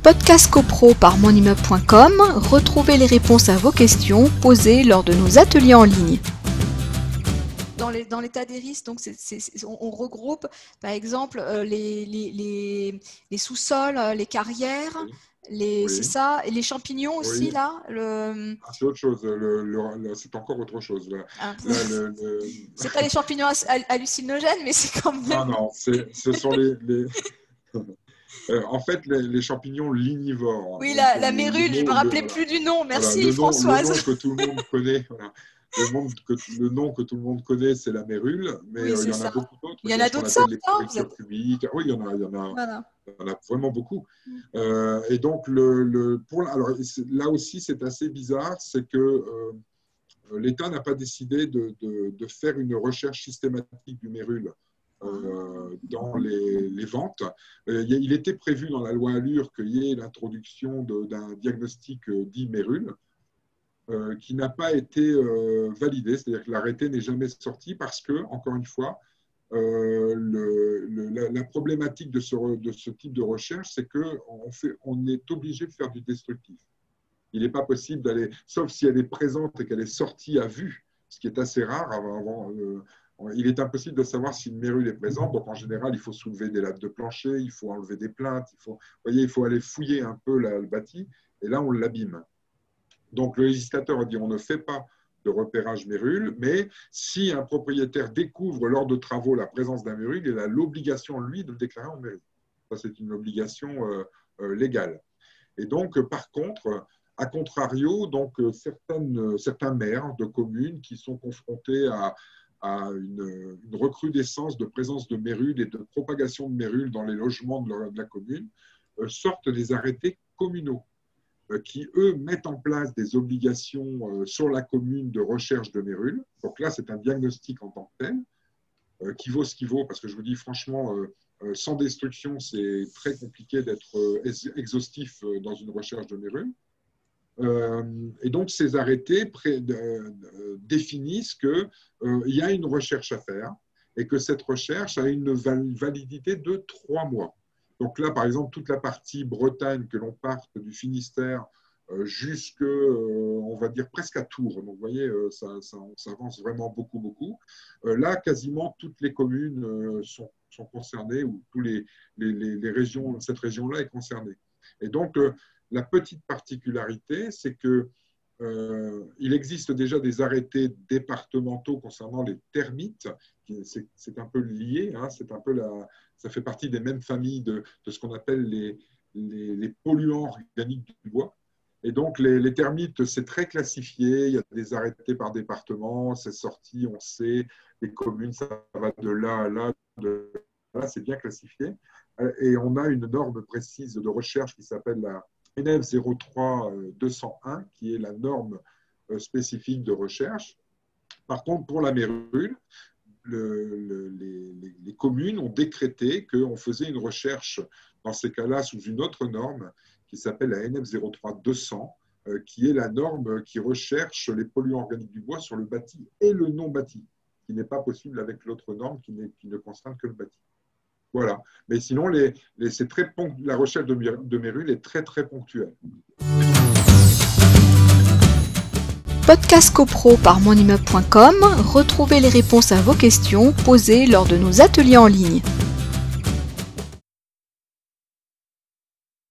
Podcast CoPro par monimmeuble.com, retrouvez les réponses à vos questions posées lors de nos ateliers en ligne. Dans l'état des risques, donc on regroupe par exemple les sous-sols, les carrières, Oui. c'est ça, et les champignons aussi, Oui. là. C'est autre chose, c'est encore autre chose. C'est pas les champignons hallucinogènes, mais c'est quand même. Non, ce sont les en fait, les champignons lignivores. Oui, Donc, la mérule, je me rappelais plus du nom. Merci, voilà, Françoise. le nom que tout le monde connaît. Voilà. Le nom que tout le monde connaît, c'est la mérule, mais Oui, il y en a beaucoup d'autres. Il y en Il y a a ce qu'on d'autres appelle sortes, les hein, pourritures cubiques. Oui, il y en a Voilà. vraiment beaucoup. Et donc, alors, là aussi, c'est assez bizarre, c'est que l'État n'a pas décidé de faire une recherche systématique du mérule dans les ventes. Il était prévu dans la loi Allure qu'il y ait l'introduction d'un diagnostic dit mérule, qui n'a pas été validé, c'est-à-dire que l'arrêté n'est jamais sorti parce que, encore une fois, la problématique de ce type de recherche, c'est qu'on est obligé de faire du destructif. Il n'est pas possible d'aller, sauf si elle est présente et qu'elle est sortie à vue, ce qui est assez rare. Il est impossible de savoir si une mérule est présente. Donc, en général, il faut soulever des lattes de plancher, il faut enlever des plaintes, il faut aller fouiller un peu le bâti, et là, on l'abîme. Donc, le législateur a dit on ne fait pas de repérage mérule, mais si un propriétaire découvre lors de travaux la présence d'un mérule, il a l'obligation, lui, de le déclarer en mérule. Ça, c'est une obligation légale. Et donc, par contre, à contrario, donc, certains maires de communes qui sont confrontés à une recrudescence de présence de mérules et de propagation de mérules dans les logements de la commune sortent des arrêtés communaux qui, eux, mettent en place des obligations sur la commune de recherche de mérules. Donc là, c'est un diagnostic en tant que tel, qui vaut ce qu'il vaut, parce que je vous dis franchement, sans destruction, c'est très compliqué d'être exhaustif dans une recherche de mérules. Et donc, ces arrêtés définissent qu'il y a une recherche à faire et que cette recherche a une validité de 3 mois. Donc là, par exemple, toute la partie Bretagne, que l'on parte du Finistère jusque, on va dire, presque à Tours. Donc, vous voyez, on s'avance vraiment beaucoup, beaucoup. Là, quasiment toutes les communes sont concernées, ou tous les régions, cette région-là est concernée. Et donc, la petite particularité, c'est qu'il existe déjà des arrêtés départementaux concernant les termites. C'est un peu lié, hein, ça fait partie des mêmes familles de ce qu'on appelle les polluants organiques du bois. Et donc, les termites, c'est très classifié. Il y a des arrêtés par département, c'est sorti, on sait, les communes, ça va de là à là, c'est bien classifié. Et on a une norme précise de recherche qui s'appelle la NF 03-201, qui est la norme spécifique de recherche. Par contre, pour la mérule, les communes ont décrété qu'on faisait une recherche, dans ces cas-là, sous une autre norme qui s'appelle la NF 03-200, qui est la norme qui recherche les polluants organiques du bois sur le bâti et le non-bâti, qui n'est pas possible avec l'autre norme qui ne concerne que le bâti. Voilà. Mais sinon, la recherche de mérule est très, très ponctuelle. Podcast CoPro par monimmeuble.com, retrouvez les réponses à vos questions posées lors de nos ateliers en ligne.